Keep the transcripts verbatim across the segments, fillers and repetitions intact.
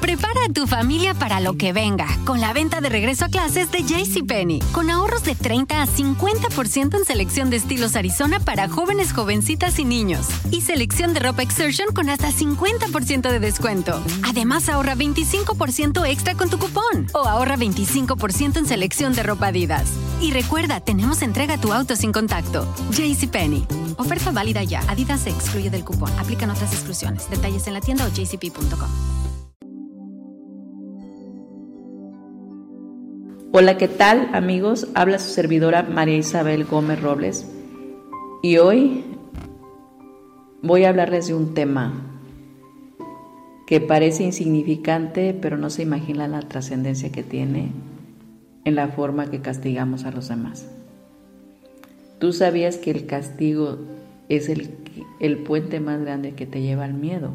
Prepara a tu familia para lo que venga con la venta de regreso a clases de JCPenney, con ahorros de treinta a cincuenta por ciento en selección de estilos Arizona para jóvenes, jovencitas y niños. Y selección de ropa Exertion con hasta cincuenta por ciento de descuento. Además, ahorra veinticinco por ciento extra con tu cupón o ahorra veinticinco por ciento en selección de ropa Adidas. Y recuerda, tenemos entrega a tu auto sin contacto. JCPenney. Oferta válida ya. Adidas se excluye del cupón. Aplican otras exclusiones. Detalles en la tienda o j c p punto com. Hola, ¿qué tal, amigos? Habla su servidora María Isabel Gómez Robles y hoy voy a hablarles de un tema que parece insignificante, pero no se imagina la trascendencia que tiene en la forma que castigamos a los demás. ¿Tú sabías que el castigo es el, el puente más grande que te lleva al miedo?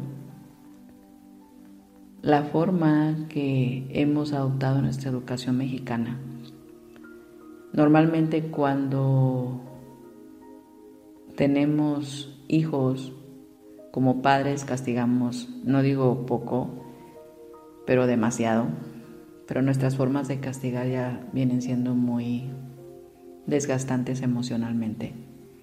La forma que hemos adoptado en nuestra educación mexicana. Normalmente cuando tenemos hijos, como padres castigamos, no digo poco, pero demasiado. Pero nuestras formas de castigar ya vienen siendo muy desgastantes emocionalmente.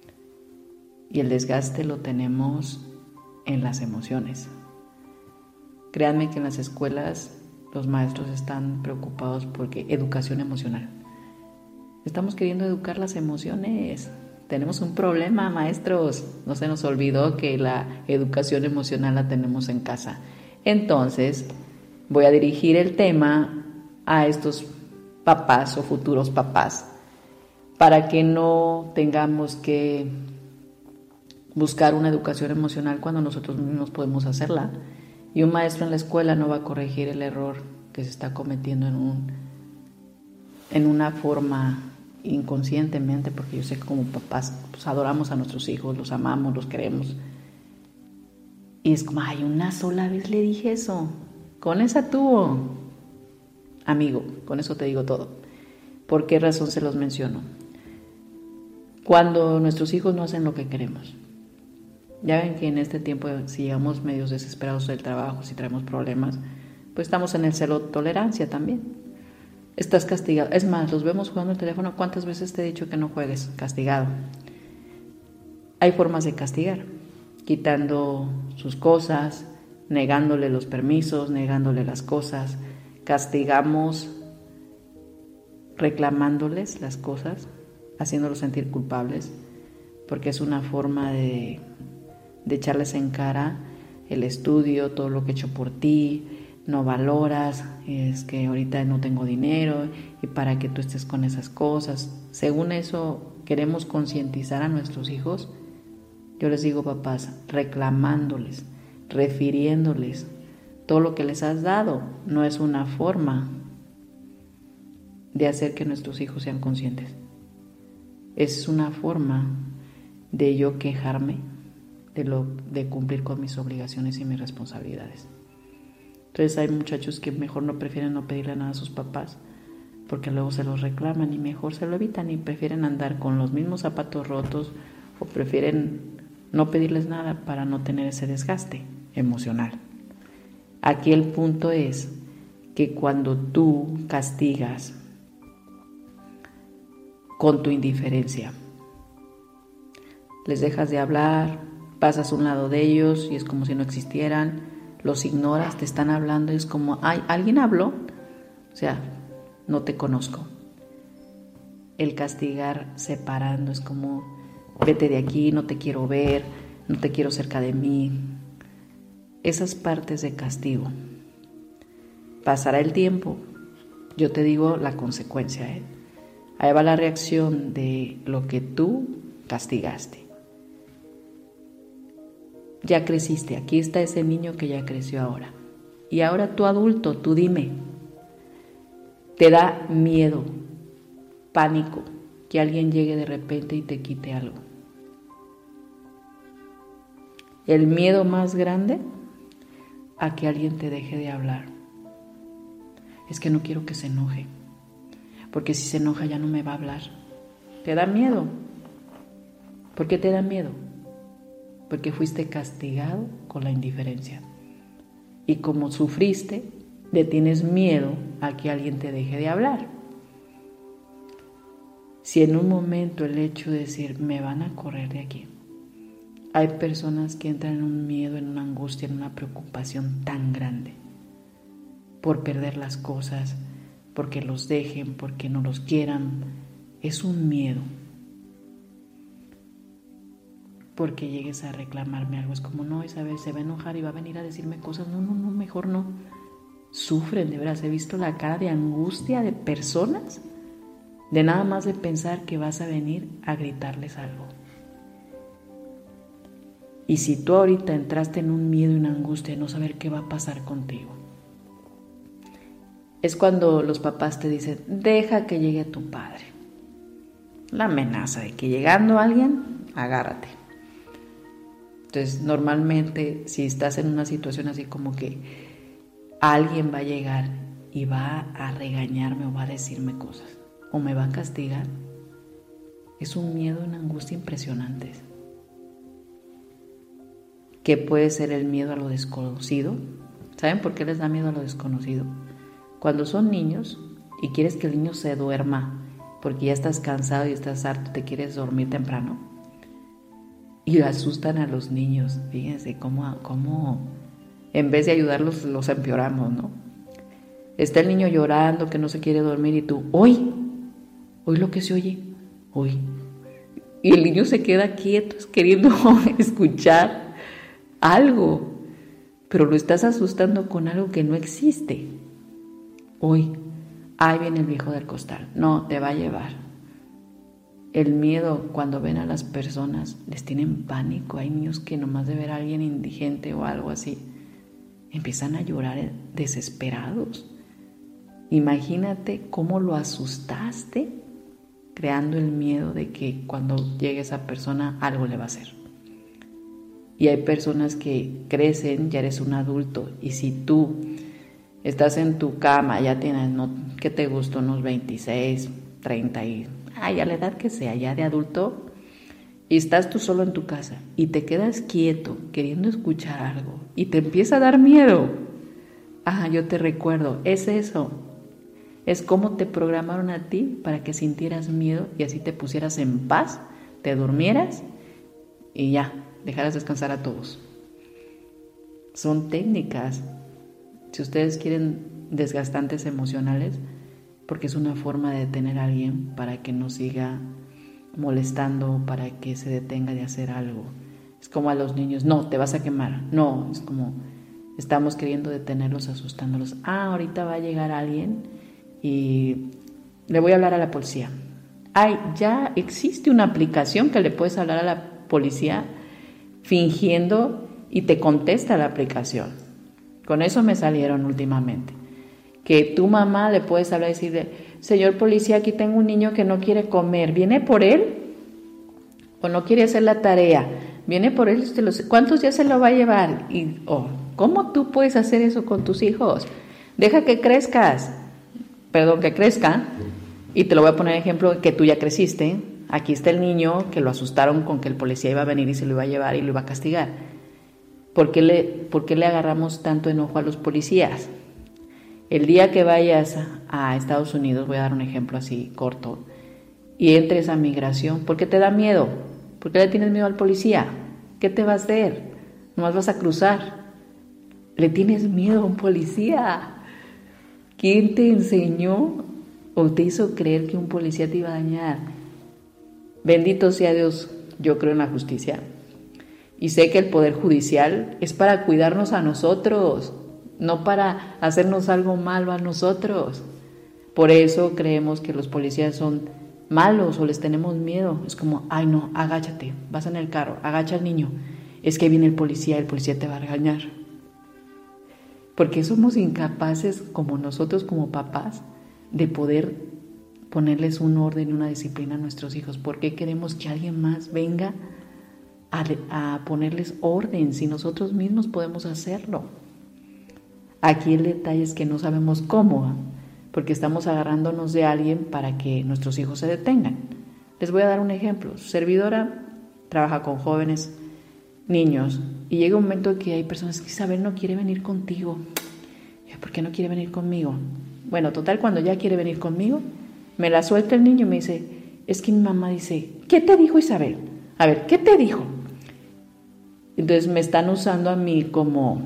Y el desgaste lo tenemos en las emociones. Créanme que en las escuelas los maestros están preocupados porque educación emocional. Estamos queriendo educar las emociones. Tenemos un problema, maestros. No se nos olvidó que la educación emocional la tenemos en casa. Entonces, voy a dirigir el tema a estos papás o futuros papás para que no tengamos que buscar una educación emocional cuando nosotros mismos podemos hacerla. Y un maestro en la escuela no va a corregir el error que se está cometiendo en un en una forma inconscientemente, porque yo sé que como papás pues, adoramos a nuestros hijos, los amamos, los queremos. Y es como, ay, una sola vez le dije eso. Con esa tuvo. Amigo, con eso te digo todo. ¿Por qué razón se los menciono? Cuando nuestros hijos no hacen lo que queremos. Ya ven que en este tiempo, si llegamos medios desesperados del trabajo, si traemos problemas, pues estamos en el celo tolerancia también. Estás castigado. Es más, los vemos jugando el teléfono. ¿Cuántas veces te he dicho que no juegues? Castigado. Hay formas de castigar. Quitando sus cosas, negándole los permisos, negándole las cosas. Castigamos reclamándoles las cosas, haciéndolos sentir culpables, porque es una forma de... de echarles en cara el estudio, todo lo que he hecho por ti, no valoras, es que ahorita no tengo dinero y para que tú estés con esas cosas. Según eso, queremos concientizar a nuestros hijos. Yo les digo, papás, reclamándoles, refiriéndoles todo lo que les has dado. No es una forma de hacer que nuestros hijos sean conscientes. Es una forma de yo quejarme De, lo, de cumplir con mis obligaciones y mis responsabilidades. Entonces hay muchachos que mejor no prefieren no pedirle nada a sus papás porque luego se los reclaman y mejor se lo evitan y prefieren andar con los mismos zapatos rotos o prefieren no pedirles nada para no tener ese desgaste emocional. Aquí el punto es que cuando tú castigas con tu indiferencia, les dejas de hablar, pasas a un lado de ellos y es como si no existieran, los ignoras, te están hablando y es como, ay, ¿alguien habló? O sea, no te conozco. El castigar separando es como, vete de aquí, no te quiero ver, no te quiero cerca de mí. Esas partes de castigo. Pasará el tiempo, yo te digo la consecuencia, ¿eh? Ahí va la reacción de lo que tú castigaste. Ya creciste, aquí está ese niño que ya creció ahora. Y ahora tú adulto, tú dime, te da miedo, pánico, que alguien llegue de repente y te quite algo. El miedo más grande a que alguien te deje de hablar. Es que no quiero que se enoje, porque si se enoja ya no me va a hablar. Te da miedo. ¿Por qué te da miedo? Porque fuiste castigado con la indiferencia. Y como sufriste, le tienes miedo a que alguien te deje de hablar. Si en un momento el hecho de decir, me van a correr de aquí, hay personas que entran en un miedo, en una angustia, en una preocupación tan grande por perder las cosas, porque los dejen, porque no los quieran. Es un miedo. Porque llegues a reclamarme algo. Es como, no, Isabel, se va a enojar y va a venir a decirme cosas. No, no, no, mejor no. Sufren, de veras. He visto la cara de angustia de personas de nada más de pensar que vas a venir a gritarles algo. Y si tú ahorita entraste en un miedo y una angustia de no saber qué va a pasar contigo, es cuando los papás te dicen, deja que llegue tu padre. La amenaza de que llegando alguien, agárrate. Entonces, normalmente, si estás en una situación así como que alguien va a llegar y va a regañarme o va a decirme cosas, o me va a castigar, es un miedo, una angustia impresionantes. ¿Qué puede ser el miedo a lo desconocido? ¿Saben por qué les da miedo a lo desconocido? Cuando son niños y quieres que el niño se duerma porque ya estás cansado y estás harto, te quieres dormir temprano y asustan a los niños. Fíjense cómo, cómo en vez de ayudarlos los empeoramos, ¿no? Está el niño llorando que no se quiere dormir y tú, hoy, hoy lo que se oye, hoy. Y el niño se queda quieto queriendo escuchar algo, pero lo estás asustando con algo que no existe. Hoy, ahí viene el viejo del costal, no, te va a llevar. El miedo, cuando ven a las personas, les tienen pánico. Hay niños que nomás de ver a alguien indigente o algo así, empiezan a llorar desesperados. Imagínate cómo lo asustaste, creando el miedo de que cuando llegue esa persona algo le va a hacer. Y hay personas que crecen, ya eres un adulto, y si tú estás en tu cama, ya tienes, no, ¿qué te gusta? Unos veintiséis, treinta y, ay, a la edad que sea, ya de adulto, y estás tú solo en tu casa y te quedas quieto queriendo escuchar algo y te empieza a dar miedo. Ah, yo te recuerdo, es eso. Es como te programaron a ti para que sintieras miedo y así te pusieras en paz, te durmieras y ya, dejaras descansar a todos. Son técnicas. Si ustedes quieren desgastantes emocionales, porque es una forma de detener a alguien para que no siga molestando, para que se detenga de hacer algo. Es como a los niños, no, te vas a quemar. No, es como estamos queriendo detenerlos, asustándolos. Ah, ahorita va a llegar alguien y le voy a hablar a la policía. Ay, ya existe una aplicación que le puedes hablar a la policía fingiendo y te contesta la aplicación. Con eso me salieron últimamente. Que tu mamá le puedes hablar y decirle, señor policía, aquí tengo un niño que no quiere comer, ¿viene por él? O no quiere hacer la tarea, ¿viene por él? ¿Cuántos días se lo va a llevar? Y, oh, ¿cómo tú puedes hacer eso con tus hijos? Deja que crezcas, perdón, que crezca, y te lo voy a poner ejemplo que tú ya creciste. Aquí está el niño que lo asustaron con que el policía iba a venir y se lo iba a llevar y lo iba a castigar. ¿Por qué le, por qué le agarramos tanto enojo a los policías? El día que vayas a Estados Unidos, voy a dar un ejemplo así corto, y entres a migración, ¿por qué te da miedo? ¿Por qué le tienes miedo al policía? ¿Qué te va a hacer? Nomás vas a cruzar. ¿Le tienes miedo a un policía? ¿Quién te enseñó o te hizo creer que un policía te iba a dañar? Bendito sea Dios, yo creo en la justicia. Y sé que el Poder Judicial es para cuidarnos a nosotros, no para hacernos algo malo a nosotros. Por eso creemos que los policías son malos o les tenemos miedo. Es como, ay no, agáchate, vas en el carro, agacha al niño. Es que viene el policía, el policía te va a regañar. Porque somos incapaces, como nosotros como papás, de poder ponerles un orden y una disciplina a nuestros hijos. ¿Por qué queremos que alguien más venga a, a ponerles orden si nosotros mismos podemos hacerlo? Aquí el detalle es que no sabemos cómo, ¿eh? Porque estamos agarrándonos de alguien para que nuestros hijos se detengan. Les voy a dar un ejemplo. Su servidora trabaja con jóvenes, niños, y llega un momento que hay personas que Isabel no quiere venir contigo. ¿por qué no quiere venir conmigo? Bueno, total, cuando ya quiere venir conmigo, me la suelta el niño y me dice, es que mi mamá dice, ¿qué te dijo Isabel? A ver, ¿qué te dijo? Entonces me están usando a mí como,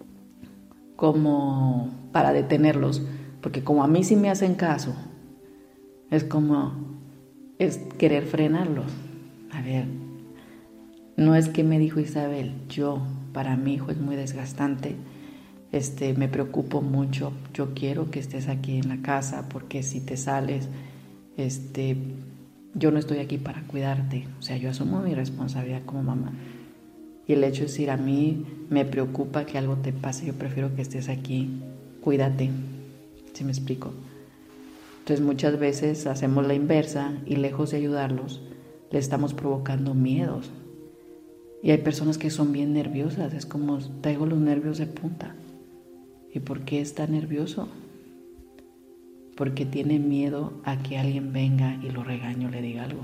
como para detenerlos, porque como a mí sí me hacen caso, es como, es querer frenarlos. A ver, no es que me dijo Isabel, yo, para mi hijo es muy desgastante, este, me preocupo mucho, yo quiero que estés aquí en la casa, porque si te sales, este, yo no estoy aquí para cuidarte, o sea, yo asumo mi responsabilidad como mamá. Y el hecho de decir, a mí me preocupa que algo te pase, yo prefiero que estés aquí, cuídate, ¿sí me explico? Entonces muchas veces hacemos la inversa y lejos de ayudarlos, le estamos provocando miedos. Y hay personas que son bien nerviosas, es como traigo los nervios de punta. ¿Y por qué está nervioso? Porque tiene miedo a que alguien venga y lo regañe o le diga algo.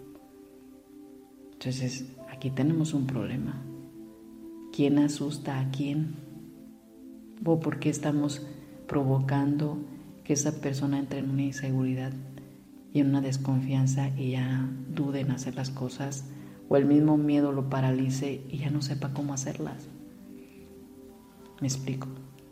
Entonces aquí tenemos un problema. ¿Quién asusta a quién? ¿O por qué estamos provocando que esa persona entre en una inseguridad y en una desconfianza y ya dude en hacer las cosas, o el mismo miedo lo paralice y ya no sepa cómo hacerlas? ¿Me explico?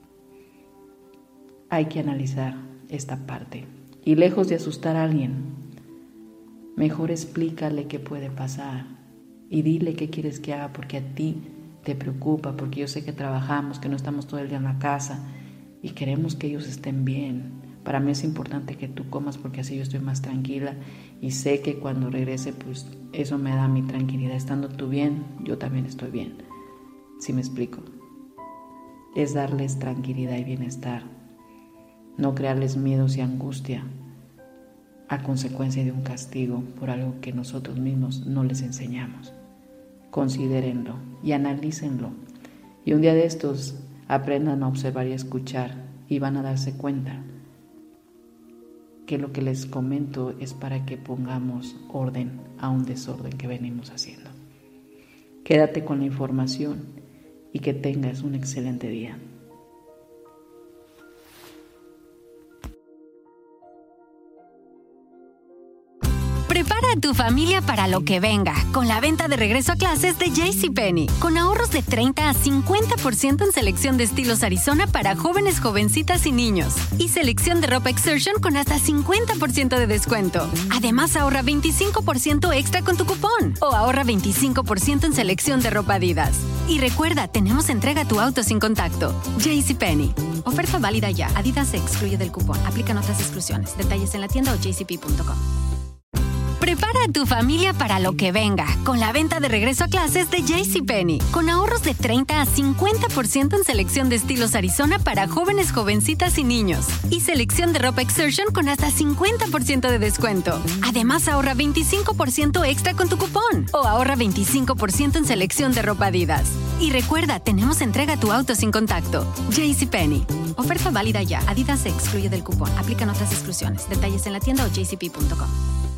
Hay que analizar esta parte y lejos de asustar a alguien, mejor explícale qué puede pasar y dile qué quieres que haga, porque a ti te preocupa, porque yo sé que trabajamos, que no estamos todo el día en la casa y queremos que ellos estén bien. Para mí es importante que tú comas porque así yo estoy más tranquila y sé que cuando regrese, pues eso me da mi tranquilidad. Estando tú bien, yo también estoy bien. ¿Sí me explico? Es darles tranquilidad y bienestar, no crearles miedos y angustia a consecuencia de un castigo por algo que nosotros mismos no les enseñamos. Considérenlo y analícenlo. Y un día de estos aprendan a observar y a escuchar y van a darse cuenta que lo que les comento es para que pongamos orden a un desorden que venimos haciendo. Quédate con la información y que tengas un excelente día. Prepara a tu familia para lo que venga con la venta de regreso a clases de JCPenney, con ahorros de treinta a cincuenta por ciento en selección de estilos Arizona para jóvenes, jovencitas y niños, y selección de ropa Exertion con hasta cincuenta por ciento de descuento. Además, ahorra veinticinco por ciento extra con tu cupón o ahorra veinticinco por ciento en selección de ropa Adidas. Y recuerda, tenemos entrega a tu auto sin contacto. JCPenney. Oferta válida ya. Adidas se excluye del cupón. Aplican otras exclusiones. Detalles en la tienda o j c p punto com. Prepara a tu familia para lo que venga con la venta de regreso a clases de JCPenney, con ahorros de treinta a cincuenta por ciento en selección de estilos Arizona para jóvenes, jovencitas y niños, y selección de ropa Exertion con hasta cincuenta por ciento de descuento. Además, ahorra veinticinco por ciento extra con tu cupón o ahorra veinticinco por ciento en selección de ropa Adidas. Y recuerda, tenemos entrega a tu auto sin contacto. JCPenney. Oferta válida ya. Adidas se excluye del cupón. Aplican otras exclusiones. Detalles en la tienda o j c p punto com.